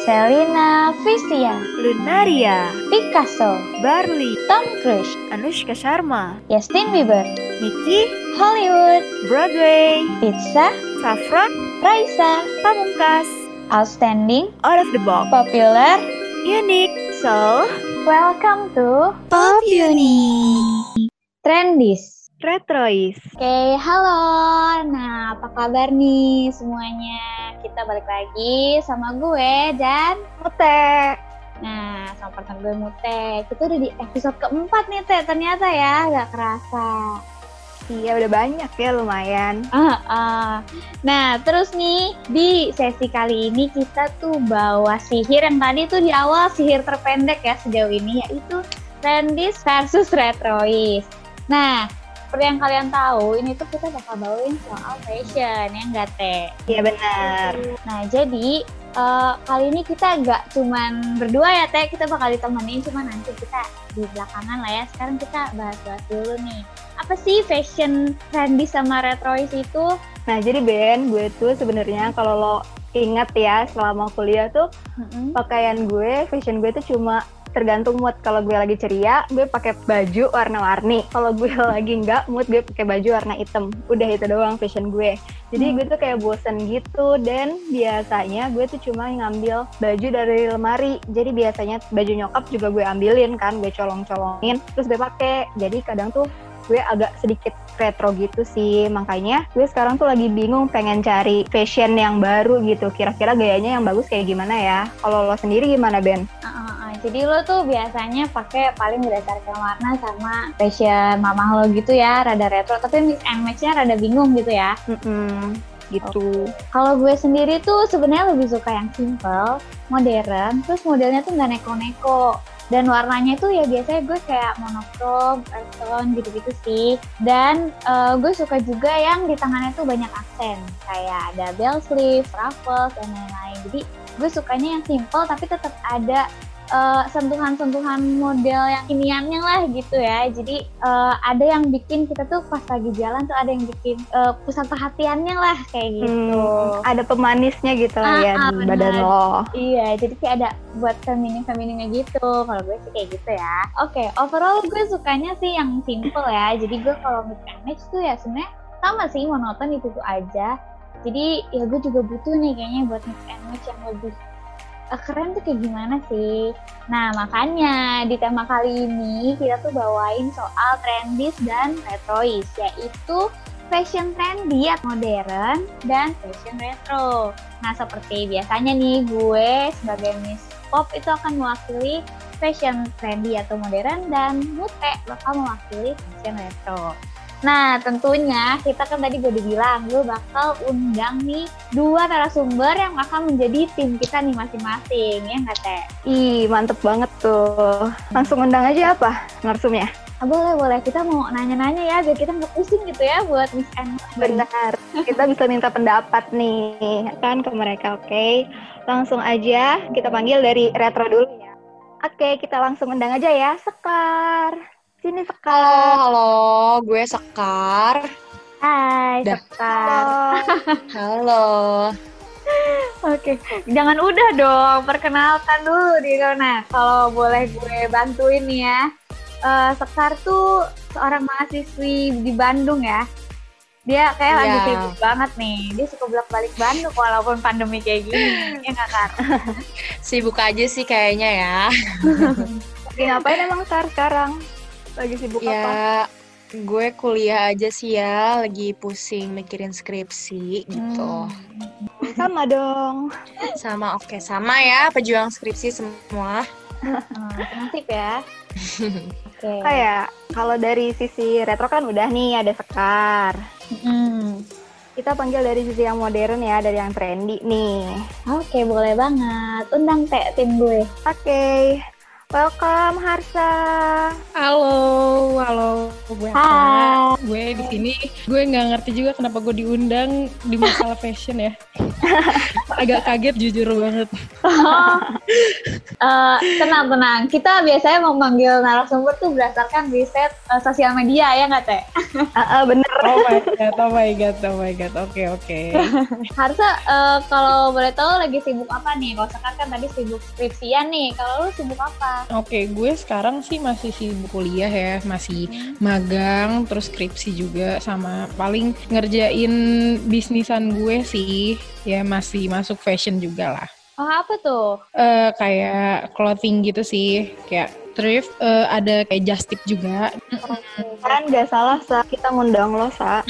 Selina Visia, Lunaria, Picasso, Barley, Tom Cruise, Anushka Sharma, Justin Bieber, Nicky, Hollywood, Broadway, Pizza, Saffron, Raisa, Pamungkas, Outstanding, Out of the Box, Popular. Unique, So, Welcome to Pop Uni, Trendis. Retrois. Oke, halo. Nah, apa kabar nih semuanya? Kita balik lagi sama gue dan Mute. Nah, sama partner gue Mute. Kita udah di episode keempat nih, Teh. Ternyata ya, gak kerasa. Iya, udah banyak ya, lumayan. Nah, terus nih, di sesi kali ini kita tuh bawa sihir yang tadi tuh di awal sihir terpendek ya sejauh ini, yaitu Trendis versus Retrois. Nah, seperti yang kalian tahu, ini tuh kita bakal bawain soal fashion, ya nggak, Teh? Iya, benar. Nah, jadi kali ini kita nggak cuman berdua ya, Teh. Kita bakal ditemenin, cuma nanti kita di belakangan lah ya. Sekarang kita bahas-bahas dulu nih. Apa sih fashion Trendis sama Retrois itu? Nah, jadi Ben, gue tuh sebenarnya kalau lo ingat ya, selama kuliah tuh pakaian gue, fashion gue tuh cuma tergantung mood. Kalau gue lagi ceria, gue pakai baju warna-warni. Kalau gue lagi nggak mood, gue pakai baju warna hitam. Udah itu doang fashion gue. Jadi gue tuh kayak bosen gitu, dan biasanya gue tuh cuma ngambil baju dari lemari. Jadi biasanya baju nyokap juga gue ambilin kan, gue colong-colongin, terus gue pakai. Jadi kadang tuh gue agak sedikit retro gitu sih. Makanya gue sekarang tuh lagi bingung pengen cari fashion yang baru gitu. Kira-kira gayanya yang bagus kayak gimana ya? Kalau lo sendiri gimana, Ben? Jadi lo tuh biasanya pakai paling berdasarkan warna sama fashion mama lo gitu ya, rada retro, tapi mix and match-nya rada bingung gitu ya. Gitu. Kalau gue sendiri tuh sebenarnya lebih suka yang simple, modern, terus modelnya tuh nggak neko-neko. Dan warnanya tuh ya biasanya gue kayak monokrom, earth tone gitu-gitu sih. Dan gue suka juga yang di tangannya tuh banyak aksen, kayak ada bell sleeve, ruffles, dan lain-lain. Jadi gue sukanya yang simple tapi tetap ada sentuhan-sentuhan model yang kiniannya lah gitu ya. Jadi ada yang bikin kita tuh pas lagi jalan tuh ada yang bikin pusat perhatiannya lah kayak gitu. Ada pemanisnya gitu lah ya di badan lo. Iya, jadi kayak ada buat feminim-femininnya gitu. Kalau gue sih kayak gitu ya. Oke, overall gue sukanya sih yang simple ya. Jadi gue kalau mix and match tuh ya sebenarnya sama sih, monoton itu aja. Jadi ya gue juga butuh nih kayaknya buat mix and match yang lebih keren tuh kayak gimana sih. Nah, makanya di tema kali ini kita tuh bawain soal Trendis dan Retrois, yaitu fashion trendy atau modern dan fashion retro. Nah, seperti biasanya nih, gue sebagai Miss Pop itu akan mewakili fashion trendy atau modern, dan Mute bakal mewakili fashion retro. Nah, tentunya kita kan tadi gue udah bilang, gue bakal undang nih 2 narasumber yang akan menjadi tim kita nih masing-masing, ya nggak, Teh? Ih, mantep banget tuh. Langsung undang aja apa narsumnya? Boleh. Kita mau nanya-nanya ya, biar kita nggak pusing gitu ya buat Miss N. Benar, kita bisa minta pendapat nih kan ke mereka, oke? Langsung aja kita panggil dari Retro dulu ya. Oke, kita langsung undang aja ya, Sekar. Sini, Sekar. Halo, gue Sekar. Hai, Sekar. Halo. Oke, jangan udah dong, perkenalkan dulu diri lo. Nah, kalau boleh gue bantuin nih ya. Sekar tuh seorang mahasiswi di Bandung ya. Dia kayak lagi sibuk banget nih. Dia suka bolak-balik Bandung walaupun pandemi kayak gini. Ya nggak, Kar? Sibuk aja sih kayaknya ya. Lagi ngapain emang, Sekar, sekarang? Lagi sibuk apa? Ya, gue kuliah aja sih ya. Lagi pusing mikirin skripsi gitu. Sama dong. Sama ya. Pejuang skripsi semua. Nasib ya. Oke. Kayak kalau dari sisi retro kan udah nih ada Sekar. Kita panggil dari sisi yang modern ya, dari yang trendy nih. Oke, boleh banget. Undang Teh tim gue. Oke. Welcome Harsa. Halo, gue Hai. Gue di sini, gue nggak ngerti juga kenapa gue diundang di masalah fashion ya. Agak kaget jujur banget. Tenang. Kita biasanya memanggil narasumber tuh berdasarkan riset sosial media, ya nggak, Teh? Bener. Oh my god. Oke. Harusnya kalau boleh tahu lagi sibuk apa nih? Kalau sekarang kan tadi sibuk skripsian nih. Kalau lu sibuk apa? Oke, gue sekarang sih masih sibuk kuliah ya, masih magang, terus skripsi juga, sama paling ngerjain bisnisan gue sih, ya masih masuk fashion juga lah. Oh, apa tuh? Kayak clothing gitu sih, kayak thrift, ada kayak just tip juga. Kan gak salah, Sa. Kita ngundang lo, Sa.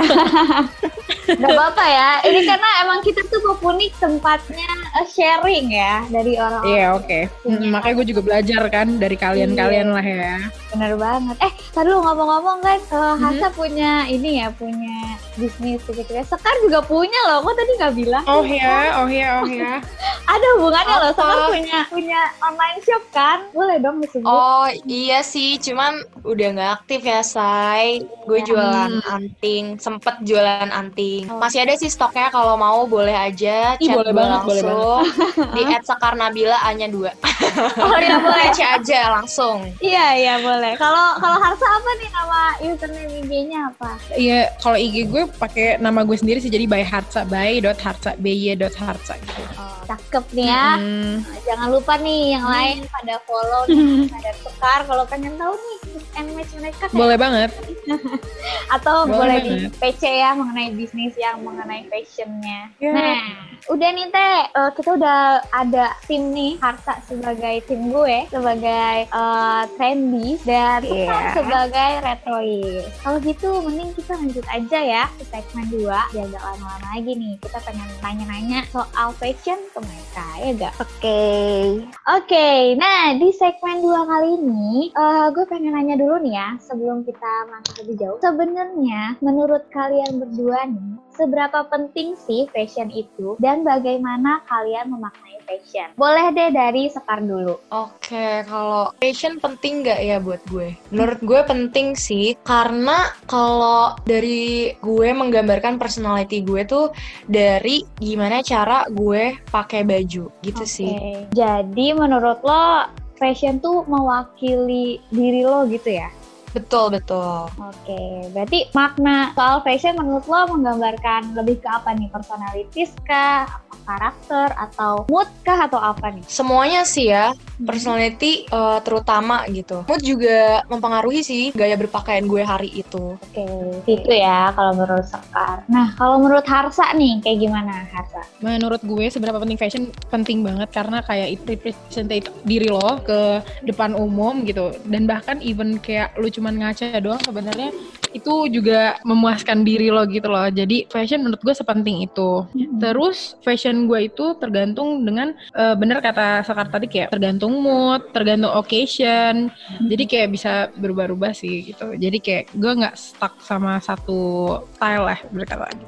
Gak apa-apa ya. Ini karena emang kita tuh Popunik tempatnya sharing ya dari orang-orang. Iya, oke. Makanya gue juga belajar kan dari kalian-kalian lah ya. Bener banget. Tadi lu ngomong-ngomong kan, Hasa punya ini ya, punya bisnis gitu-gitu. Sekar juga punya loh. Kok tadi nggak bilang? Oh ya. Ada hubungannya loh. Sekar punya online shop kan? Boleh dong disebut. Oh iya sih, cuman udah nggak aktif ya, Say. Gue jualan anting, sempet jualan anting. Masih ada sih stoknya, kalau mau boleh aja chat boleh gue banget, langsung boleh di @sekarnabila A-nya 2. Oh iya boleh. Chat aja langsung. Iya boleh. Kalau Harsa apa nih nama username IG-nya apa? Iya, kalau IG gue pakai nama gue sendiri sih, jadi by.harsa, by.harsa gitu. Cakep nih ya. Jangan lupa nih yang lain pada follow nih ada Sekar kalau pengen tahu nih and match mereka. Boleh banget. Atau boleh di banget. PC ya mengenai bisnis yang mengenai fashionnya. Yeah. Nah, udah nih Teh, kita udah ada tim nih, Harsa sebagai tim gue, sebagai trendy dan Sekar sebagai retrois. Kalau gitu mending kita lanjut aja ya ke segmen 2, biar gak lama-lama lagi nih. Kita pengen nanya-nanya soal fashion ke mereka, ya gak? Oke, nah di segmen 2 kali ini gue pengen nanya dulu nih ya, sebelum kita masuk lebih jauh. Sebenarnya menurut kalian berdua nih, seberapa penting sih fashion itu dan bagaimana kalian memaknai fashion? Boleh deh dari Sekar dulu. Oke, kalau fashion penting nggak ya buat gue? Menurut gue penting sih, karena kalau dari gue menggambarkan personality gue tuh dari gimana cara gue pakai baju gitu sih. Jadi menurut lo fashion tuh mewakili diri lo gitu ya? Betul. Oke, berarti makna soal fashion menurut lo menggambarkan lebih ke apa nih? Personalities kah? Apa karakter? Atau mood kah? Atau apa nih? Semuanya sih ya, personality terutama gitu. Mood juga mempengaruhi sih gaya berpakaian gue hari itu. Oke, itu ya kalau menurut Sekar. Nah, kalau menurut Harsa nih, kayak gimana Harsa? Menurut gue seberapa penting fashion? Penting banget, karena kayak itu represent diri lo ke depan umum gitu. Dan bahkan even kayak lu cuman ngaca doang, sebenarnya itu juga memuaskan diri lo gitu loh. Jadi fashion menurut gue sepenting itu. Terus fashion gue itu tergantung dengan bener kata Sekar tadi, kayak tergantung mood, tergantung occasion. Jadi kayak bisa berubah-ubah sih gitu. Jadi kayak gue nggak stuck sama satu style lah berkata gitu.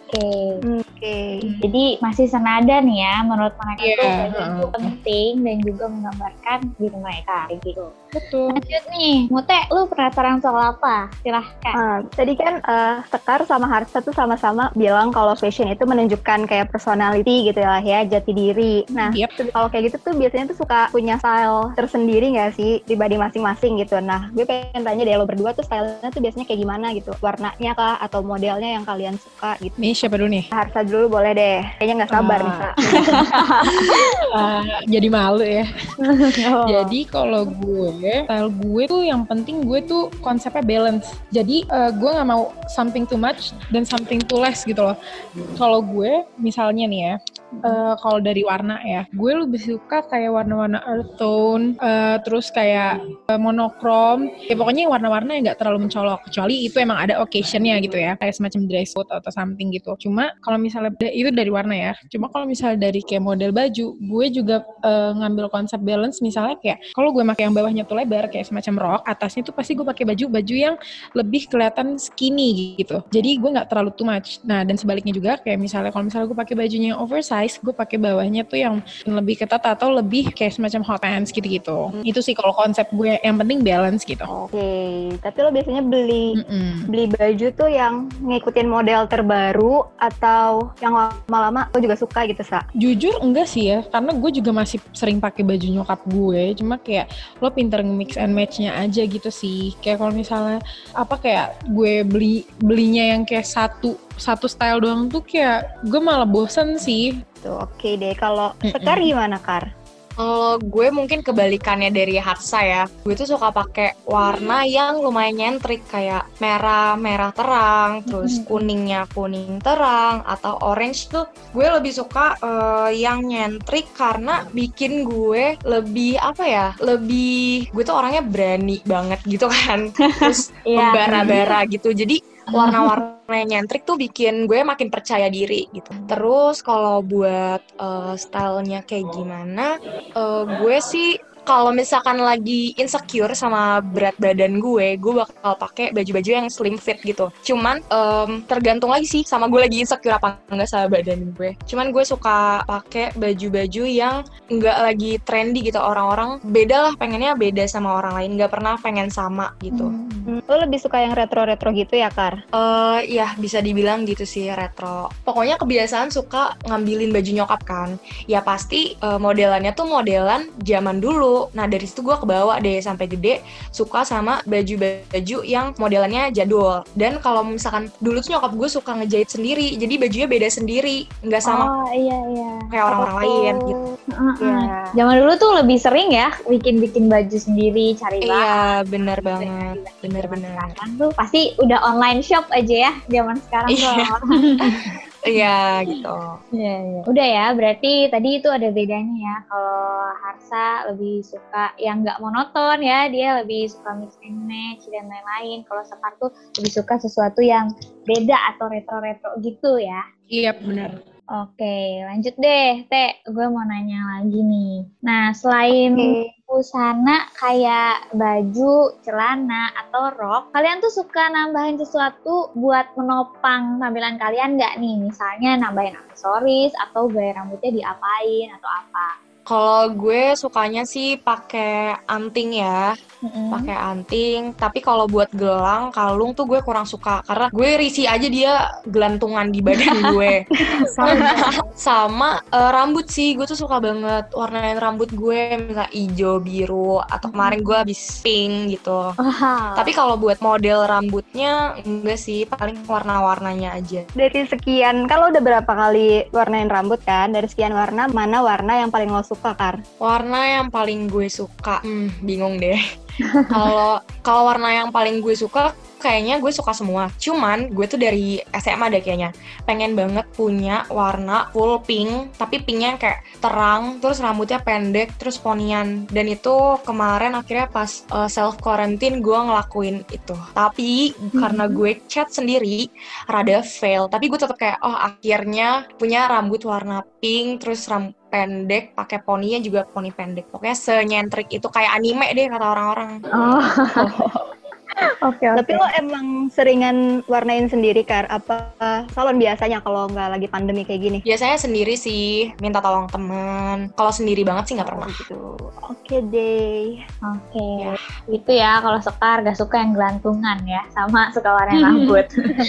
Oke. Jadi masih senada nih ya, menurut mereka itu fashion itu penting dan juga menggambarkan diri mereka kayak gitu. Betul. Lanjut nih, Mute, lu penasaran soal apa? Silahkan. Tadi kan Sekar sama Harsa tuh sama-sama bilang kalau fashion itu menunjukkan kayak personality gitu lah ya, jati diri. Nah, kalau kayak gitu tuh biasanya tuh suka punya style tersendiri nggak sih, pribadi masing-masing gitu. Nah, gue pengen tanya deh, lo berdua tuh stylenya tuh biasanya kayak gimana gitu? Warnanya kah atau modelnya yang kalian suka gitu? Nih siapa dulu nih? Harsa dulu boleh deh, kayaknya nggak sabar nih. Jadi malu ya. Jadi kalau style gue tuh yang penting gue tuh konsepnya balance. Jadi gue nggak mau something too much dan something too less gitu loh. Kalau gue misalnya nih ya, kalau dari warna ya, gue lebih suka kayak warna-warna earth tone, terus kayak monokrom. Ya pokoknya warna-warna yang nggak terlalu mencolok, kecuali itu emang ada occasionnya gitu ya, kayak semacam dress code atau something gitu. Cuma kalau misalnya itu dari warna ya. Cuma kalau misalnya dari kayak model baju, gue juga ngambil konsep balance. Misalnya kayak kalau gue pakai yang bawahnya tuh lebar kayak semacam rok, atasnya tuh pasti gue pakai baju yang lebih kelihatan skinny gitu. Jadi gue nggak terlalu too much. Nah, dan sebaliknya juga kayak misalnya kalau misalnya gue pakai bajunya yang oversize, oversize, gue pakai bawahnya tuh yang lebih ketat atau lebih kayak semacam hot pants gitu-gitu. Itu sih kalau konsep gue, yang penting balance gitu. Oke, tapi lo biasanya beli baju tuh yang ngikutin model terbaru atau yang lama-lama lo juga suka gitu, Sa? Jujur enggak sih ya, karena gue juga masih sering pakai baju nyokap gue, cuma kayak lo pinter mix and match-nya aja gitu sih. Kayak kalau misalnya kayak gue belinya yang kayak satu style doang tuh kayak gue malah bosen sih. Tuh, oke deh. Kalau Sekar gimana, Kar? Kalau gue mungkin kebalikannya dari Harsa ya. Gue tuh suka pakai warna yang lumayan nyentrik, kayak merah terang, terus kuningnya kuning terang, atau orange tuh gue lebih suka yang nyentrik karena bikin gue lebih gue tuh orangnya berani banget gitu kan. Terus membara-bara gitu. Jadi warna-warna nyentrik tuh bikin gue makin percaya diri gitu. Terus kalau buat stylenya kayak gimana, gue sih kalau misalkan lagi insecure sama berat badan gue bakal pakai baju-baju yang slim fit gitu. Cuman tergantung lagi sih sama gue lagi insecure apa enggak sama badan gue. Cuman gue suka pakai baju-baju yang enggak lagi trendy gitu. Orang-orang beda lah, pengennya beda sama orang lain, enggak pernah pengen sama gitu. Lo lebih suka yang retro-retro gitu ya, Kar? Ya bisa dibilang gitu sih, retro. Pokoknya kebiasaan suka ngambilin baju nyokap kan. Ya pasti modelannya tuh modelan zaman dulu. Nah dari situ gue kebawa deh sampai gede suka sama baju-baju yang modelannya jadul. Dan kalau misalkan dulu tuh nyokap gue suka ngejahit sendiri, jadi bajunya beda sendiri, nggak sama kayak orang-orang lain gitu. Zaman dulu tuh lebih sering ya bikin baju sendiri, cari bahan. Iya benar banget, benar-benar. Sekarang tuh pasti udah online shop aja ya zaman sekarang tuh. Iya gitu. Iya. Udah ya, berarti tadi itu ada bedanya ya. Kalau Harsa lebih suka yang nggak monoton ya, dia lebih suka mix and match dan lain-lain. Kalau Sekar tuh lebih suka sesuatu yang beda atau retro-retro gitu ya. Iya benar. Oke, lanjut deh, Teh. Gue mau nanya lagi nih. Nah, selain busana kayak baju, celana, atau rok, kalian tuh suka nambahin sesuatu buat menopang tampilan kalian nggak nih? Misalnya nambahin aksesoris atau gaya rambutnya diapain atau apa? Kalau gue sukanya sih pakai anting ya, pakai anting. Tapi kalau buat gelang, kalung tuh gue kurang suka karena gue risih aja dia gelantungan di badan gue. Sama rambut sih, gue tuh suka banget warnain rambut gue, misalnya hijau, biru, atau kemarin gue habis pink gitu. Tapi kalau buat model rambutnya enggak sih, paling warna-warnanya aja. Dari sekian, kalau udah berapa kali warnain rambut kan? Dari sekian warna, mana warna yang paling lo suka, Kar? Warna yang paling gue suka, bingung deh. Kalau warna yang paling gue suka, kayaknya gue suka semua. Cuman gue tuh dari SMA deh kayaknya pengen banget punya warna full pink, tapi pinknya kayak terang, terus rambutnya pendek, terus ponian. Dan itu kemarin akhirnya pas self quarantine gue ngelakuin itu. Tapi karena gue cat sendiri rada fail. Tapi gue tetap kayak akhirnya punya rambut warna pink, terus rambut pendek, pakai poninya juga poni pendek. Pokoknya senyentrik itu, kayak anime deh kata orang-orang. Oke. Tapi lo emang seringan warnain sendiri, Kar? Apa salon biasanya kalau nggak lagi pandemi kayak gini? Biasanya sendiri sih, minta tolong temen. Kalau sendiri banget sih nggak pernah. Gitu. Oke deh. Oke. Ya. Itu ya, kalau Sekar gak suka yang gelantungan ya, sama suka warna rambut.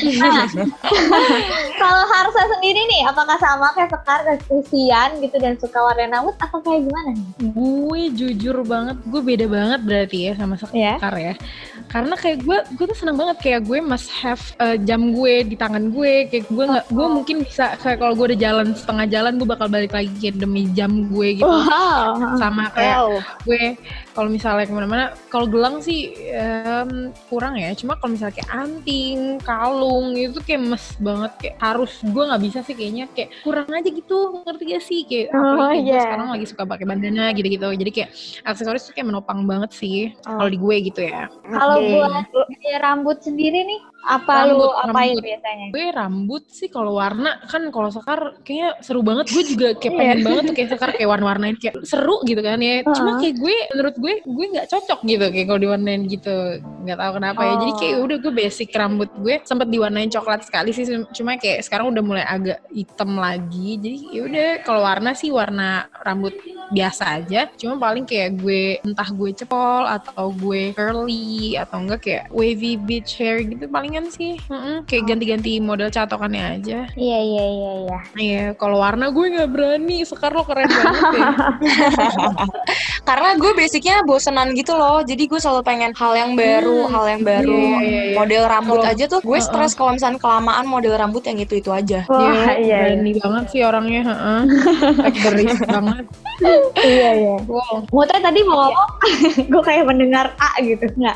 Kalau Harsa sendiri nih, apakah sama kayak Sekar, kesian gitu dan suka warna rambut, atau kayak gimana nih? Gue jujur banget, gue beda banget berarti ya sama Sekar ya. Karena kayak gue tuh seneng banget, kayak gue must have jam gue di tangan gue, kayak gue mungkin bisa kayak kalau gue udah jalan setengah jalan gue bakal balik lagi kayak demi jam gue gitu. Sama kayak gue kalau misalnya kemana-mana, kalau gelang sih kurang ya, cuma kalau misalnya kayak anting, kalung itu kayak mes banget, kayak harus, gue nggak bisa sih kayaknya, kayak kurang aja gitu, ngerti gak sih? Kayak apalagi gue sekarang lagi suka pakai bandana gitu-gitu, jadi kayak aksesoris tuh kayak menopang banget sih kalau di gue gitu ya. Kalau buat gaya rambut sendiri nih, Apa lu apain biasanya? Gue rambut sih kalau warna kan, kalau Sekar kayaknya seru banget. Gue juga kayak pengen banget tuh kayak Sekar kayak warna-warnain kayak seru gitu kan ya. Cuma kayak menurut gue nggak cocok gitu kayak kalau diwarnain gitu. Nggak tahu kenapa ya. Jadi kayak udah gue basic rambut gue sempet diwarnain coklat sekali sih. Cuma kayak sekarang udah mulai agak hitam lagi. Jadi ya udah kalau warna sih warna rambut biasa aja. Cuma paling kayak gue entah gue cepol atau gue curly atau enggak kayak wavy beach hair gitu palingan sih. Kayak ganti-ganti model catokannya aja. Iya. Iya, kalau warna gue nggak berani. Sekar lo keren banget ya. Karena gue basicnya bosenan gitu loh. Jadi gue selalu pengen hal yang baru. Iya. Model rambut aja tuh gue stres kalau misalnya kelamaan model rambut yang itu aja. Berani banget sih orangnya. Take the risk banget. Iya. Wow. Muter tadi mau ngomong, gue kayak mendengar A gitu, nggak?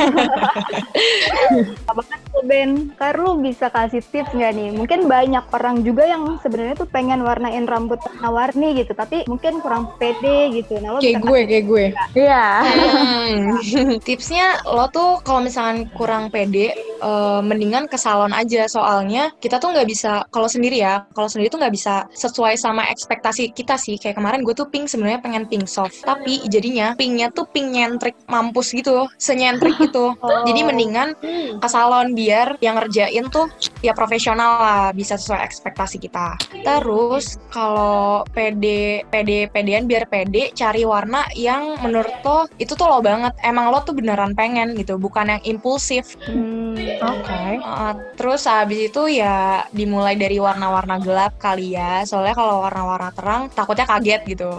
Apa banget tuh Ben? Lu bisa kasih tips nggak nih? Mungkin banyak orang juga yang sebenarnya tuh pengen warnain rambut warna-warni gitu, tapi mungkin kurang pede gitu. Nah, lo Kayak gue. Iya. Tipsnya lo tuh kalau misalkan kurang pede, mendingan ke salon aja. Soalnya kita tuh nggak bisa, kalau sendiri tuh nggak bisa sesuai sama ekspektasi kita sih. Kayak kemarin gue tuh pink, sebenarnya pengen pink soft, tapi jadinya pinknya tuh pink nyentrik mampus gitu, senyentrik gitu. Jadi mendingan ke salon biar yang ngerjain tuh ya profesional lah, bisa sesuai ekspektasi kita. Terus kalau pedean biar pede, cari warna yang menurut lo itu tuh lo banget, emang lo tuh beneran pengen gitu, bukan yang impulsif. Oke. Terus abis itu ya dimulai dari warna-warna gelap kali ya, soalnya kalau warna-warna terang takutnya kaget gitu.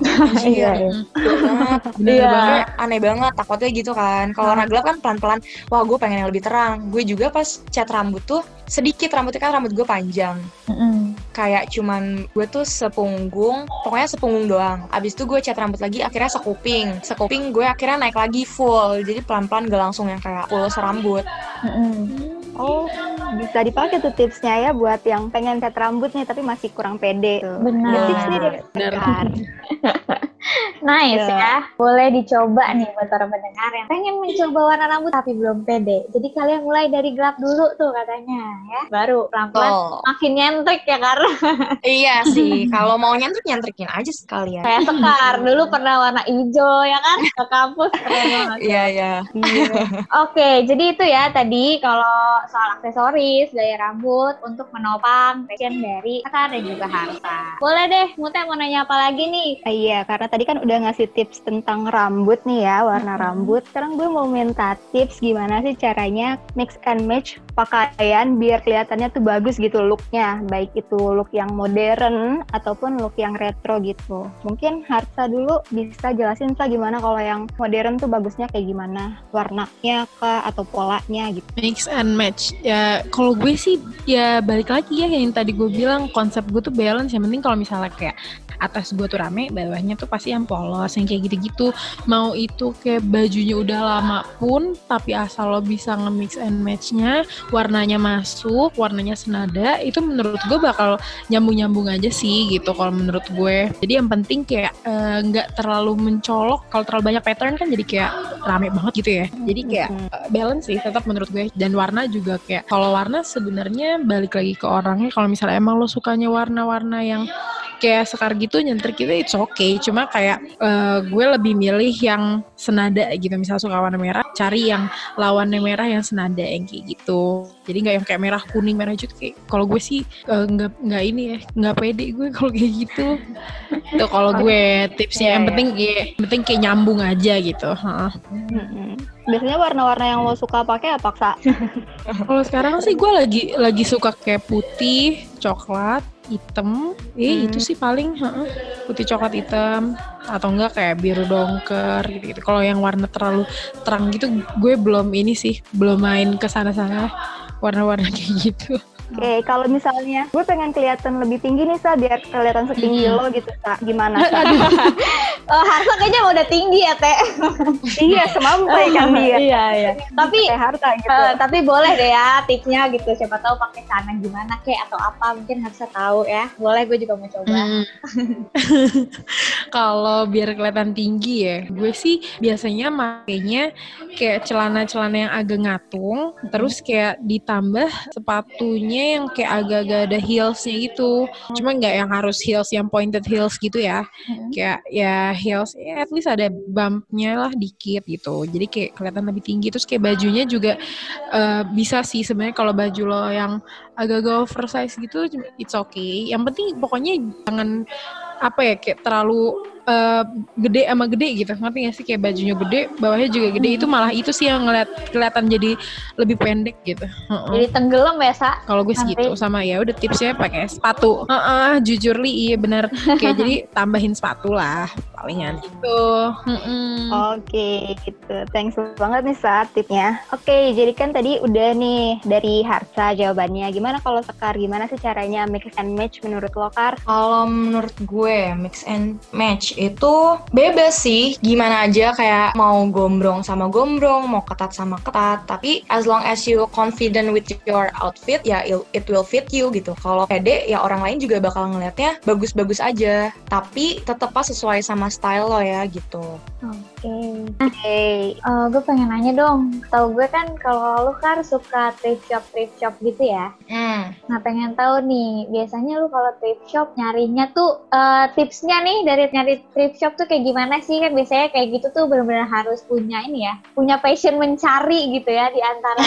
Bener, aneh banget takutnya gitu kan. Kalau warna gelap kan pelan-pelan, wah gue pengen yang lebih terang. Gue juga pas cat rambut tuh sedikit, rambutnya kan rambut gue panjang, kayak cuman gue tuh sepunggung, pokoknya sepunggung doang. Abis itu gue cat rambut lagi, akhirnya sekuping gue akhirnya naik lagi full, jadi pelan-pelan gak langsung yang kayak full serambut. Oh, bisa dipakai tuh tipsnya ya buat yang pengen cat rambut nih tapi masih kurang pede. Benar. Ada tips nih dari Sekar. Nice ya. Boleh dicoba nih buat para pendengar yang pengen mencoba warna rambut tapi belum pede. Jadi kalian mulai dari gelap dulu tuh katanya ya. Baru pelan-pelan makin nyentrik ya karena. Iya sih, kalau mau nyentrikin aja sekalian. Kayak Sekar dulu pernah warna hijau ya kan ke kampus. Iya. Oke, jadi itu ya tadi kalau soal aksesoris, gaya rambut untuk menopang fashion dari Sekar dan juga Harsa. Boleh deh, Mute mau nanya apa lagi nih? Iya, karena tadi kan udah ngasih tips tentang rambut nih ya, warna rambut. Sekarang gue mau minta tips gimana sih caranya mix and match pakaian biar kelihatannya tuh bagus gitu looknya. Baik itu look yang modern ataupun look yang retro gitu. Mungkin Harsa dulu bisa jelasin Sa gimana kalau yang modern tuh bagusnya kayak gimana? Warnanya kah atau polanya gitu. Mix and match. Ya kalau gue sih ya balik lagi ya yang tadi gue bilang, konsep gue tuh balance. Yang penting kalau misalnya kayak atas gue tuh rame, bawahnya tuh pasti yang polos, yang kayak gitu-gitu. Mau itu kayak bajunya udah lama pun, tapi asal lo bisa nge-mix and match-nya, warnanya masuk, warnanya senada, itu menurut gue bakal nyambung-nyambung aja sih gitu kalau menurut gue. Jadi yang penting kayak nggak terlalu mencolok. Kalau terlalu banyak pattern kan jadi kayak rame banget gitu ya. Jadi kayak balance sih tetap menurut gue. Dan warna juga kayak, kalau warna sebenarnya balik lagi ke orangnya. Kalau misalnya emang lo sukanya warna-warna yang kayak Sekar gitu nyentrik gitu, it's okay. Cuma kayak gue lebih milih yang senada gitu. Misalnya suka warna merah, cari yang lawannya merah yang senada yang kayak gitu. Jadi nggak yang kayak merah kuning merah hijau. Kayak kalau gue sih nggak ini ya, nggak pede gue kalau kayak gitu. Tuh kalau gue tipsnya yang penting kayak nyambung aja gitu. Biasanya warna-warna yang lo suka pakai apa, Sa? Kalau sekarang sih gue lagi suka kayak putih, coklat, hitam. Itu sih paling putih, coklat, hitam, atau enggak kayak biru dongker gitu-gitu. Kalau yang warna terlalu terang gitu gue belum main ke sana-sana warna-warna kayak gitu. Oke, kalau misalnya gue pengen kelihatan lebih tinggi nih Sa, biar kelihatan setinggi lo gitu Sa, gimana Sa? Harta kayaknya udah tinggi ya Teh. Iya, semampai kan dia. Iya. Tapi kayak harta gitu. Tapi boleh deh ya tipsnya gitu. Siapa tahu pakai celana gimana kayak atau apa mungkin harus tahu ya. Boleh, gue juga mau coba. Kalau biar kelihatan tinggi ya, gue sih biasanya makainya kayak celana-celana yang agak ngatung, terus kayak ditambah sepatunya yang kayak agak-agak ada heelsnya gitu. Cuma nggak yang harus heels yang pointed heels gitu ya. Kayak ya heels, ya at least ada bumpnya lah dikit gitu. Jadi kayak kelihatan lebih tinggi. Terus kayak bajunya juga bisa sih sebenarnya kalau baju lo yang agak-agak oversize gitu, it's okay. Yang penting pokoknya jangan apa ya kayak terlalu gede sama gede gitu, ngerti gak sih, kayak bajunya gede bawahnya juga gede, itu malah itu sih yang kelihatan jadi lebih pendek gitu. Jadi tenggelam ya Sa? Kalau gue segitu. Sama ya udah tipsnya pakai sepatu. Jujur Li, iya bener kayak jadi tambahin sepatu lah palingan gitu. Oke, gitu. Thanks banget nih Sa tipnya. Oke, jadi kan tadi udah nih dari Harsa jawabannya. Gimana kalau Sekar? Gimana sih caranya mix and match menurut lo, Kar? Kalau menurut gue mix and match itu bebas sih, gimana aja, kayak mau gombrong sama gombrong, mau ketat sama ketat, tapi as long as you confident with your outfit ya it will fit you gitu. Kalau pede ya orang lain juga bakal ngeliatnya bagus-bagus aja, tapi tetep pas sesuai sama style lo ya gitu. Oke. Gue pengen nanya dong, tau gue kan kalau lu kan suka thrift shop gitu ya. Nah pengen tahu nih, biasanya lu kalau thrift shop nyarinya tuh tipsnya nih dari nyari thrift shop tuh kayak gimana sih? Kan biasanya kayak gitu tuh benar-benar harus punya ini ya, punya passion mencari gitu ya di antara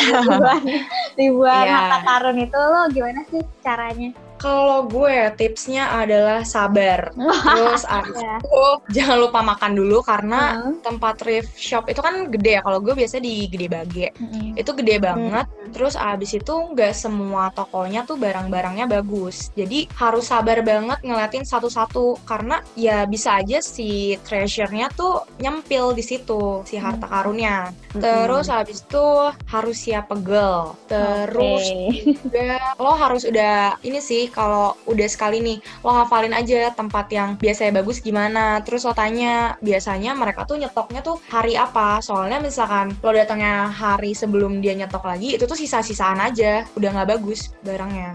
ribuan harta karun itu. Lo gimana sih caranya? Kalau gue tipsnya adalah sabar. Terus itu jangan lupa makan dulu karena tempat thrift shop itu kan gede ya. Kalau gue biasa di Gede Bage. Itu gede banget. Terus abis itu nggak semua tokonya tuh barang-barangnya bagus. Jadi harus sabar banget ngeliatin satu-satu karena ya bisa aja si treasure-nya tuh nyempil di situ, si harta karunnya. Terus abis itu harus siap pegel. Terus juga lo harus udah ini sih, kalau udah sekali nih lo hafalin aja tempat yang biasanya bagus gimana, terus lo tanya biasanya mereka tuh nyetoknya tuh hari apa, soalnya misalkan lo datangnya hari sebelum dia nyetok lagi itu tuh sisa-sisaan aja, udah nggak bagus barangnya.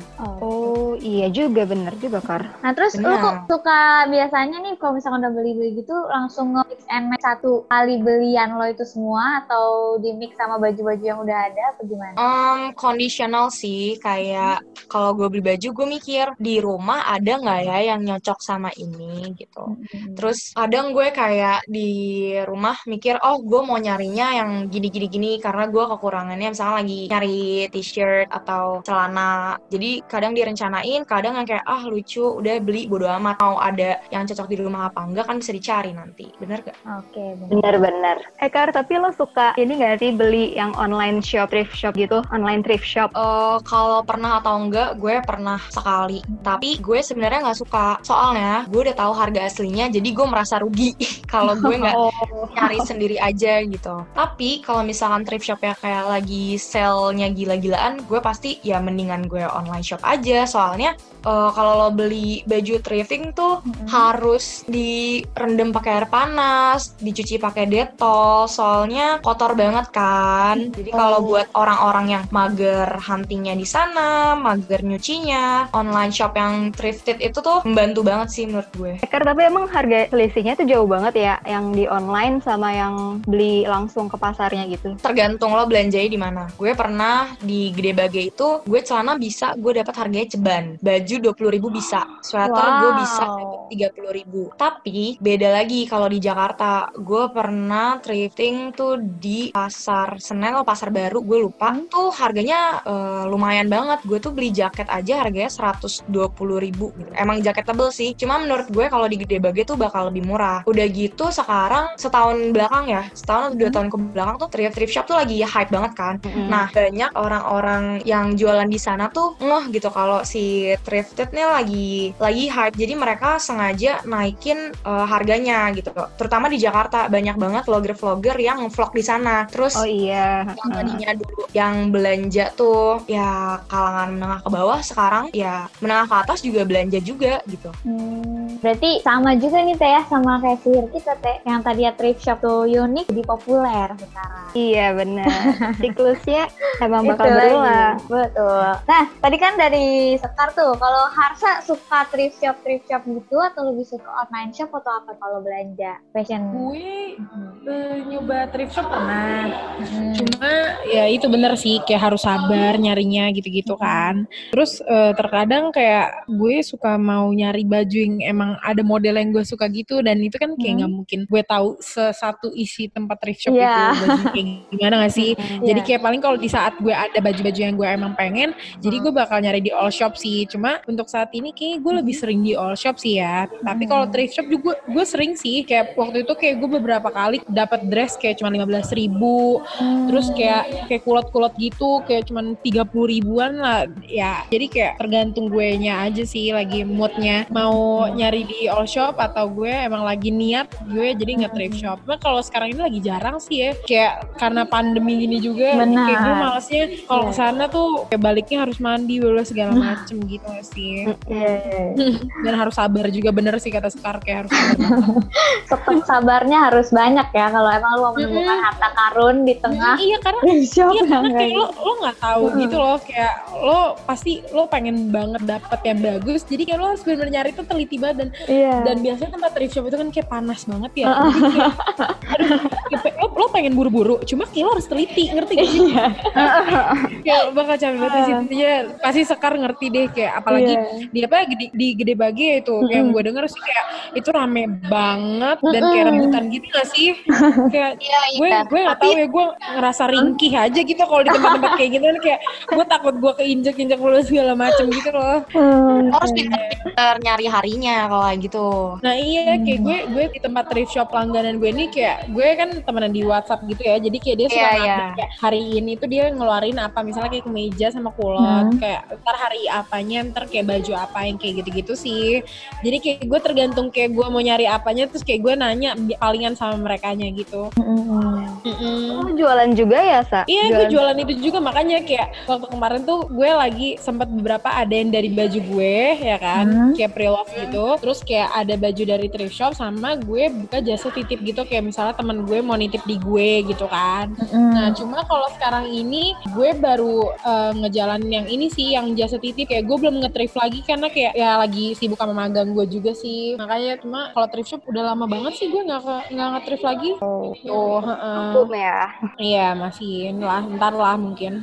Oh iya juga, bener juga Kar. Nah terus lo kok suka biasanya nih kalau misalkan udah beli gitu langsung nge-mix and match satu kali belian lo itu semua, atau di mix sama baju-baju yang udah ada apa gimana? Conditional sih, kayak kalau gue beli baju gue mikir di rumah ada nggak ya yang nyocok sama ini gitu. Terus kadang gue kayak di rumah mikir, oh gue mau nyarinya yang gini karena gue kekurangannya misalnya lagi nyari t-shirt atau celana. Jadi kadang direncanain, kadang yang kayak lucu udah beli bodo amat, mau ada yang cocok di rumah apa enggak kan bisa dicari nanti. Bener gak? Oke, bener. Kar, tapi lo suka ini gak sih beli yang online shop, thrift shop gitu, online thrift shop? Kalau pernah atau enggak, gue pernah sekali. Tapi gue sebenarnya nggak suka, soalnya gue udah tahu harga aslinya, jadi gue merasa rugi kalau gue nggak nyari sendiri aja gitu. Tapi kalau misalkan thrift shop ya kayak lagi sale-nya gila-gilaan, gue pasti ya mendingan gue online shop aja. Soalnya kalau lo beli baju thrifting tuh harus direndam pakai air panas, dicuci pakai Dettol, soalnya kotor banget kan. Jadi kalau buat orang-orang yang mager huntingnya di sana, mager nyucinya, online shop yang thrifted itu tuh membantu banget sih menurut gue. Kar, tapi emang harga selisihnya tuh jauh banget ya yang di online sama yang beli langsung ke pasarnya gitu? Tergantung lo belanjanya di mana. Gue pernah di Gede Bage itu, gue celana bisa gue dapat harganya ceban. Baju 20.000 bisa, sweater gue bisa dapat 30.000. Tapi beda lagi kalau di Jakarta. Gue pernah thrifting tuh di Pasar Senen atau Pasar Baru, gue lupa. Tuh harganya lumayan banget. Gue tuh beli jaket aja harganya 120.000 gitu. Emang jaket tebel sih. Cuma menurut gue kalau di Gede Bage tuh bakal lebih murah. Udah gitu sekarang setahun atau 2 tahun ke belakang tuh thrift shop tuh lagi hype banget kan. Nah banyak orang-orang yang jualan di sana tuh gitu kalau si thrifted nih lagi hype. Jadi mereka sengaja naikin harganya gitu. Terutama di Jakarta banyak banget vlogger-vlogger yang vlog di sana. Terus yang tadinya dulu yang belanja tuh ya kalangan menengah ke bawah, sekarang ya menengah ke atas juga belanja juga gitu. Berarti sama juga nih Teh ya, sama kayak sihir kita Teh. Yang tadi ya thrift shop tuh unik, jadi populer sekarang. Iya benar. Siklusnya emang Itu bakal berulang. Betul. Nah, tadi kan dari Sekar tuh, kalau Harsa suka thrift shop gitu atau lebih suka online shop atau apa kalau belanja fashion? Gue nyoba thrift shop pernah. Cuma ya itu bener sih, kayak harus sabar nyarinya gitu-gitu kan. Terus terkadang kayak gue suka mau nyari baju yang emang ada model yang gue suka gitu, dan itu kan kayak nggak mungkin gue tahu satu isi tempat thrift shop itu baju kayak gimana nggak sih. Jadi kayak paling kalau di saat gue ada baju-baju yang gue emang pengen, jadi gue bakal nyari di all shop sih. Cuma untuk saat ini kayak gue lebih sering di all shop sih ya. Tapi kalau thrift shop juga gue sering sih, kayak waktu itu kayak gue beberapa kali dapat dress kayak cuma 15.000, terus kayak kulot-kulot gitu kayak cuma 30 ribuan lah ya. Jadi kayak tergantung gue nya aja sih, lagi moodnya mau nyari di all shop atau gue emang lagi niat gue jadi nge-thrift shop. Nah kalau sekarang ini lagi jarang sih ya, kayak karena pandemi gini juga. Kayak gue malesnya kalau kesana tuh kayak baliknya harus mandi dulu segala macem gitu gak sih. Dan harus sabar juga, bener sih kata Sekar, kayak harus sabar. Stok sabarnya harus banyak ya kalau emang lu mau menemukan harta karun di tengah. Iya karena kayak lo nggak tahu gitu loh, kayak lo pasti lo pengen banget dapet yang bagus, jadi kayak lo harus benar-benar nyari tuh teliti banget. Dan biasanya tempat thrift shop itu kan kayak panas banget ya. Jadi kayak, lo pengen buru-buru, cuma kayak lo harus teliti, ngerti gak sih? Kayak bakal capek banget sih. Intinya pasti Sekar ngerti deh, kayak apalagi di Gede Bage itu, yang gue denger sih kayak itu rame banget dan kayak rebutan gitu gak sih? Kayak gue nggak tahu ya, gue ngerasa ringkih aja gitu kalau di tempat-tempat kayak gitu kan, kayak gue takut gue keinjek-injek mulu segala macem gitu loh. Harus pinter nyari harinya kalau kayak gitu. Nah iya, kayak gue di tempat thrift shop langganan gue ini, kayak gue kan temenan di WhatsApp gitu ya, jadi kayak dia suka ngupdate kayak hari ini tuh dia ngeluarin apa, misalnya kayak kemeja sama kulot, kayak ntar hari apanya, ntar kayak baju apa yang kayak gitu-gitu sih. Jadi kayak gue tergantung kayak gue mau nyari apanya, terus kayak gue nanya palingan sama merekanya gitu. Lo jualan juga ya, Sa? Iya, gue jualan itu juga, makanya kayak waktu kemarin tuh gue lagi sempat beberapa ada yang dari baju gue ya kan, kayak pre-love gitu, terus kayak ada baju dari thrift shop, sama gue buka jasa titip gitu, kayak misalnya temen gue mau nitip di gue gitu kan. Nah cuma kalau sekarang ini gue baru ngejalanin yang ini sih, yang jasa titip, kayak gue belum nge-thrift lagi karena kayak ya lagi sibuk sama magang gue juga sih, makanya. Cuma kalau thrift shop udah lama banget sih gue nggak nge-thrift lagi. Belum ya? Iya masih lah, ntar lah mungkin.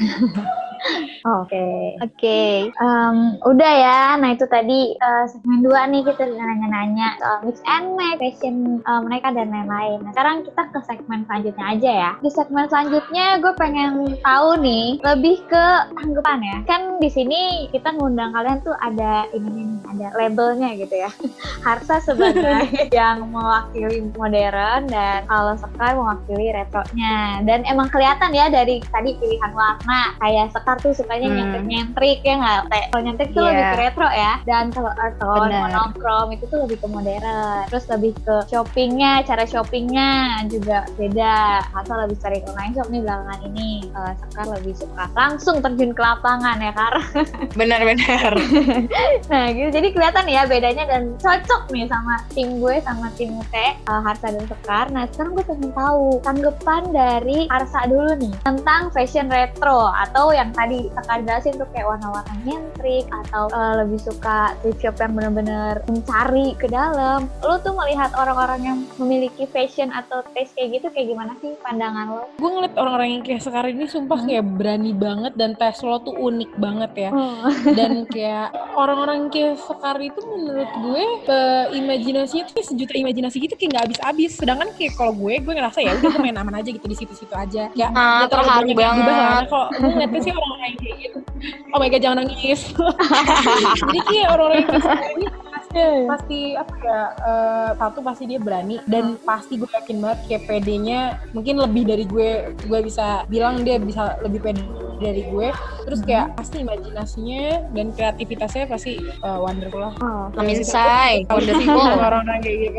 Oke. Udah ya. Nah itu tadi segmen 2 nih, kita nanya-nanya soal mix and match, fashion mereka dan lain-lain. Nah sekarang kita ke segmen selanjutnya aja ya. Di segmen selanjutnya gue pengen tahu nih lebih ke tanggapan ya. Kan di sini kita ngundang kalian tuh ada ini, ada labelnya gitu ya. Harsa sebagai yang mewakili modern, dan kalau Sekar mewakili retronya. Dan emang kelihatan ya dari tadi pilihan warna, kayak Sekar tuh sukanya nyentrik ya nggak? Kalau nyentrik tuh lebih ke retro ya, dan kalau earth tone, monochrome itu tuh lebih ke modern. Terus lebih ke shoppingnya, cara shoppingnya juga beda. Asal lebih sering online shop nih belakangan ini. Sekar lebih suka langsung terjun ke lapangan ya Kar. Benar-benar. Nah gitu, jadi kelihatan ya bedanya dan cocok nih sama tim gue sama tim Teh, Harsa dan Sekar. Nah sekarang gue pengen tahu tanggapan dari Harsa dulu nih tentang fashion retro, atau yang tadi Sekar jelasin tuh kayak warna-warna nyentrik, atau lebih suka thrift shop yang bener-bener mencari ke dalam. Lo tuh melihat orang-orang yang memiliki fashion atau taste kayak gitu kayak gimana sih pandangan lo? Gue ngeliat orang-orang yang kayak Sekar ini sumpah kayak berani banget, dan taste lo tuh unik banget ya. Dan kayak orang-orang kayak Sekar itu menurut gue imajinasinya tuh sejuta imajinasi gitu, kayak nggak habis-habis. Sedangkan kayak kalau gue ngerasa ya udah gue main aman aja gitu di situ-situ aja. Kayak terharu banget. Kalau gue ngeliatnya sih orang-orang yang kayak gitu, oh my god jangan nangis. Jadi kayak orang-orang yang kayak ini pasti apa ya, satu pasti dia berani, dan pasti gue yakin banget kayak pedenya mungkin lebih dari gue bisa bilang dia bisa lebih pede dari gue. Terus kayak pasti imajinasinya dan kreativitasnya pasti wonderful lah. Amin say, wonderful. Orang-orang kayak gitu.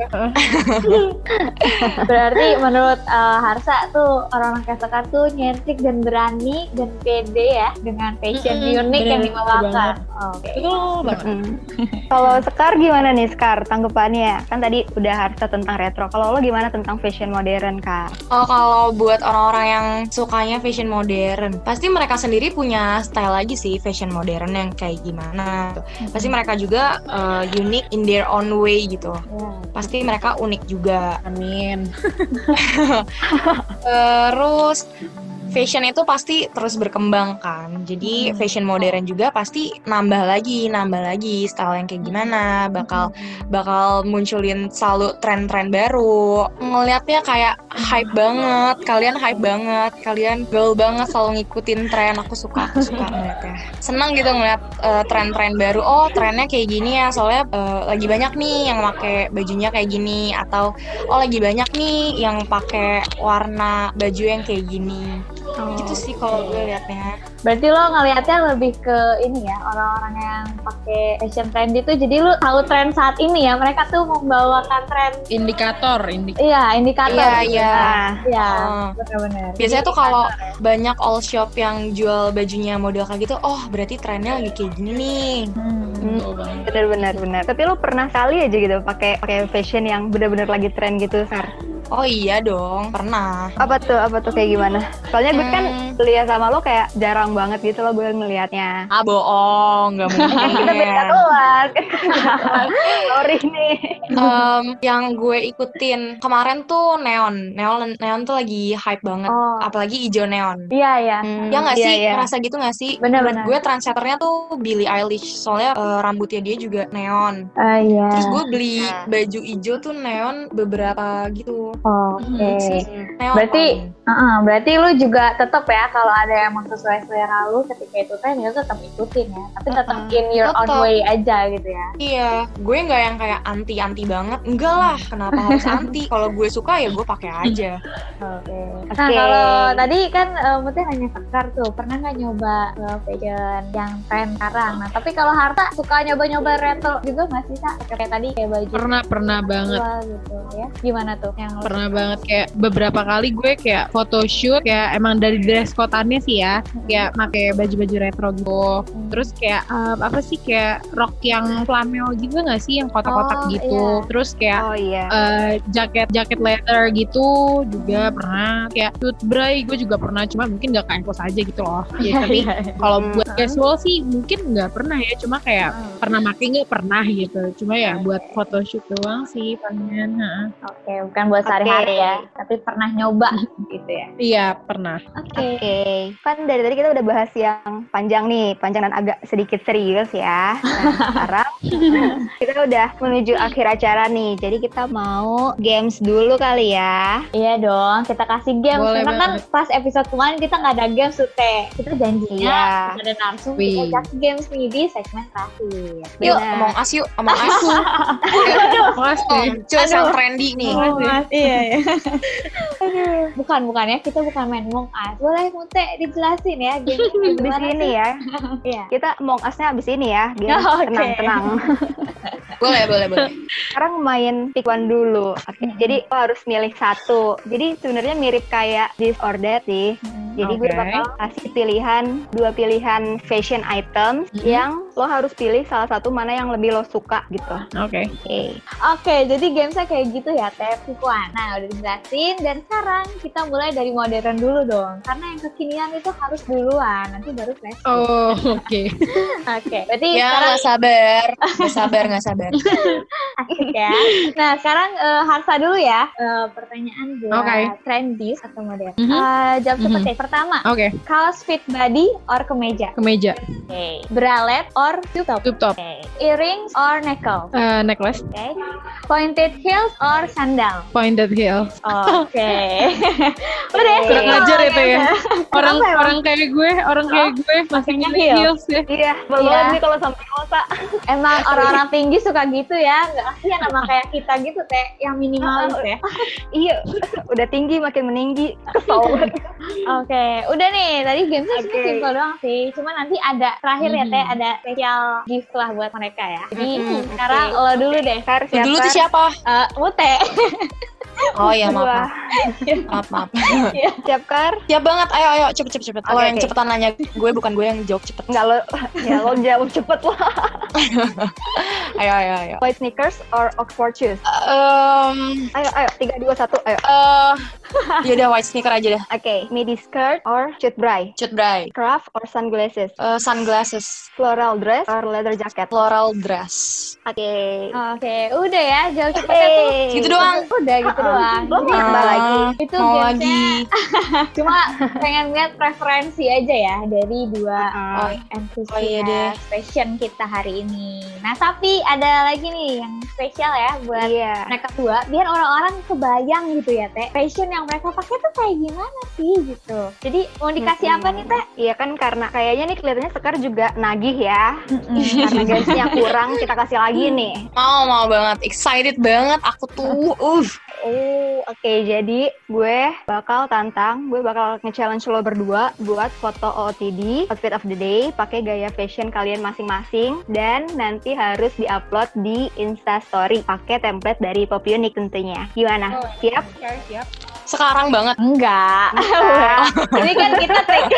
Berarti menurut Harsa tuh orang-orang kayak Sekar tuh nyentrik dan berani dan pede ya dengan fashion unik yang dibawakan. Betul banget. Kalau Sekar gimana nih Sekar tanggapannya? Kan tadi udah Harsa tentang retro. Kalau lo gimana tentang fashion modern Kak? Oh, kalau buat orang-orang yang sukanya fashion modern, pasti mereka sendiri punya style lagi sih fashion modern yang kayak gimana. Pasti mereka juga unique in their own way gitu. Pasti mereka unik juga. Amin. Terus fashion itu pasti terus berkembang kan. Jadi fashion modern juga pasti nambah lagi style yang kayak gimana, bakal munculin selalu tren-tren baru. Ngelihatnya kayak hype banget, kalian gaul banget selalu ngikutin tren. Aku suka ngeliatnya. Senang gitu ngeliat tren-tren baru. Oh, trennya kayak gini ya, soalnya lagi banyak nih yang pakai bajunya kayak gini, atau lagi banyak nih yang pakai warna baju yang kayak gini. Gitu sih kalau gue liatnya. Berarti lo ngelihatnya lebih ke ini ya, orang-orang yang pakai fashion trendy tuh, jadi lo tahu tren saat ini ya, mereka tuh membawakan tren Indikator. Iya, indikator. Iya. Benar-benar. Biasanya tuh kalau banyak all shop yang jual bajunya model kayak gitu, oh berarti trennya lagi kayak gini nih. Benar. Tapi lo pernah kali aja gitu pakai fashion yang benar-benar lagi tren gitu, Sar? Oh iya dong, pernah. Apa tuh kayak gimana? Soalnya gue kan lihat sama lo kayak jarang banget gitu lo gue ngelihatnya. Bohong, nggak mungkin. Kita beda kelas. Sorry nih. Yang gue ikutin kemarin tuh neon tuh lagi hype banget. Apalagi hijau neon. Iya. Ya nggak sih, ngerasa gitu nggak sih? Benar. Gue trendsetternya tuh Billie Eilish, soalnya rambutnya dia juga neon. Iya. Terus gue beli baju hijau tuh neon beberapa gitu. Oke. Neon. Berarti lu juga tetap ya kalau ada yang mau sesuai selera lu ketika itu tren ya tetap ikutin ya. Tapi tetap in your own way aja gitu ya. Iya, gue nggak yang kayak anti banget. Enggak lah, kenapa harus anti? Kalau gue suka ya gue pakai aja. Oke. Nah kalau tadi kan Mutia hanya Sekar tuh, pernah nggak nyoba fashion yang tren sekarang? Nah tapi kalau Harta suka nyoba retro juga nggak sih Sa? Kayak tadi kayak baju. Pernah banget. Gitu ya. Gimana tuh yang pernah banget kayak beberapa kali gue kayak photoshoot kayak emang dari dress code-annya sih ya, kayak pakai baju-baju retro gitu. Terus kayak apa sih kayak rok yang flamel juga nggak sih yang kotak-kotak gitu. Terus kayak jaket leather gitu juga pernah. Kayak suit bray gue juga pernah, cuma mungkin nggak kayak aja gitu loh. Ya, tapi kalau buat casual sih mungkin nggak pernah ya, cuma kayak pernah pakai nggak pernah gitu. Cuma ya buat photoshoot doang sih pengen. Oke, bukan buat sehari-hari ya, tapi pernah nyoba gitu ya. Iya, pernah. Oke. Kan dari tadi kita udah bahas yang panjang dan agak sedikit serius ya. Nah, sekarang kita udah menuju akhir acara nih. Jadi kita mau games dulu kali ya. Iya dong, kita kasih games. Karena kan pas episode kemarin kita nggak ada games tuh Teh. Kita janjinya ada narsum kita kasih games nih di segmen terakhir. Yuk, Among Us yuk, Among Us. Cuy, yang trendy nih. Iya. Bukan ya, kita bukan main Among Us. Boleh Mute dijelasin ya game di sini ya. Iya. Kita Among Us-nya abis ini ya. Tenang. Boleh. Sekarang main pick one dulu. Oke. Jadi lo harus milih satu. Jadi sebenarnya mirip kayak this or that sih. Jadi gue bakal kasih dua pilihan fashion items yang lo harus pilih salah satu mana yang lebih lo suka gitu. Oke, jadi gamesnya kayak gitu ya Teh. Pick one. Nah udah dijelasin dan sekarang kita mulai dari modern dulu dong. Karena yang kekinian itu harus duluan, nanti baru flashback. Oke. Berarti ya sekarang nggak sabar. Asik ya. Nah sekarang Harsa dulu ya. Pertanyaan buat trendy atau modern. Jawab cepet ya. Pertama, kaos fit body or kemeja? Kemeja. Bralette or or tube top? Tube top. Okay. Earrings or necklace? Necklace. Okay. Pointed heels or sandal? Pointed heels. Oke. Udah sih. Kurang ajar itu ya. Orang Kenapa emang? orang kayak gue masih pakainya milih heels ya. Iya, belum Iya. nih kalau sampai osa. Emang orang-orang tinggi suka gitu ya, nggak kasihan sama kayak kita gitu teh, yang minimalis ya. Iya, udah tinggi makin meninggi. Kesel banget. Oke, udah nih. Tadi gamesnya Oke. sebenarnya simpel doang sih. Cuma nanti ada terakhir ya teh, ada special gift lah buat mereka ya. Jadi sekarang lo dulu deh. Kar, Yang dulu tuh siapa? Mute. Oh iya, maaf. Maaf. Siap, Kar? Siap banget. Ayo cepet. Kalau Oke, yang oke. cepetan nanya gue, bukan gue yang jawab cepet. Enggak lo, ya lo jawab cepet lah. Ayo. White sneakers or Oxford shoes? Ayo, 3, 2, 1, ayo. Yaudah white sneaker aja dah. Oke, midi skirt or cut bray? Cut bray. Craft or sunglasses? Sunglasses. Floral dress or leather jacket? Floral dress. Oke. Oke, udah ya. Jauh cepetnya tuh. Gitu doang. Udah gitu doang. Lo mau nambah lagi? Itu Mau gamesnya lagi. cuma pengen lihat preferensi aja ya dari dua Oh iya enthusiast deh. fashion kita hari ini. Nah, tapi ada lagi nih yang spesial ya buat Iya. mereka dua, biar orang-orang kebayang gitu ya teh, fashion yang mereka pakai tuh kayak gimana sih gitu. Jadi mau dikasih apa nih teh? Iya kan, karena kayaknya nih kelihatannya Sekar juga nagih ya. Karena gamesnya kurang, kita kasih lagi nih. Mau banget. Excited banget aku tuh. Oh, oke. Jadi gue bakal nge-challenge lo berdua buat foto OOTD, outfit of the day, pakai gaya fashion kalian masing-masing, dan nanti harus diupload di Instastory pakai template dari Popionik tentunya. Gimana? Siap? Siap. Sekarang banget. Enggak. Ini kan kita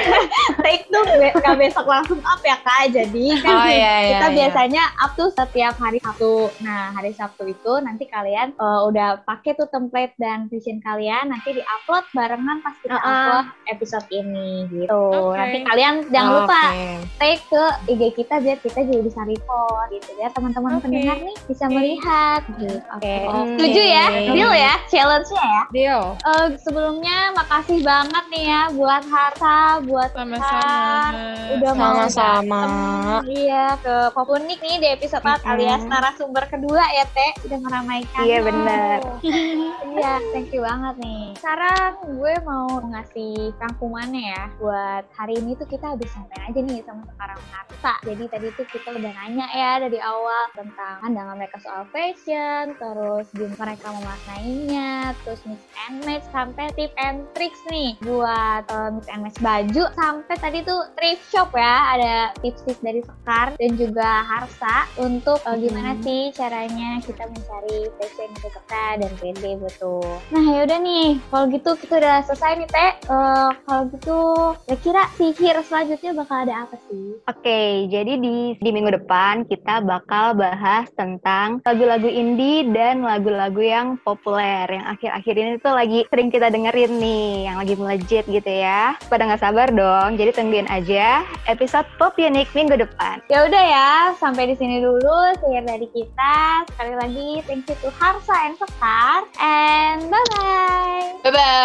take tuh gak besok langsung up ya Kak. Jadi kan kita biasanya up tuh setiap hari Sabtu. Nah, hari Sabtu itu nanti kalian udah pakai tuh template dan vision kalian, nanti di-upload barengan pas kita upload episode ini gitu. Nanti kalian jangan lupa take ke IG kita biar kita juga bisa report gitu. Biar teman-teman pendengar nih bisa melihat gitu. Oke. Setuju ya? Deal ya? Challenge-nya ya? Deal. Sebelumnya makasih banget nih ya buat Harta, buat Sama-sama. udah mau Sama-sama. datang, iya, ke Popionik nih di episode 4 alias narasumber kedua ya Teh, udah meramaikan. Iya, bener. Iya, thank you banget nih. Sekarang gue mau ngasih rangkumannya ya buat hari ini tuh kita habis sampai aja nih sama sekarang Harta. Jadi tadi tuh kita udah nanya ya dari awal tentang pandangan mereka soal fashion, terus gimana mereka memaknainya, terus mix and match, sampai tip and tricks nih buat mix and match baju, sampai tadi tuh thrift shop ya, ada tips-tips dari Sekar dan juga Harsa untuk gimana sih caranya kita mencari fashion yang kita dan pede betul. Nah yaudah nih, kalau gitu kita udah selesai nih Teh. Kalau gitu kira-kira sihir selanjutnya bakal ada apa sih? Oke, jadi di minggu depan kita bakal bahas tentang lagu-lagu indie dan lagu-lagu yang populer yang akhir-akhir ini tuh lagi sering kita dengerin nih, yang lagi melejit gitu ya. Pada nggak sabar dong, jadi tungguin aja episode Popionik minggu depan. Ya udah ya, sampai di sini dulu sihir dari kita. Sekali lagi thank you to Harsa and Sekar, and bye-bye.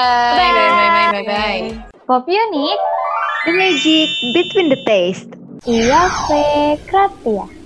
Bye-bye. Popionik, The magic between the taste. iya, Kreatia.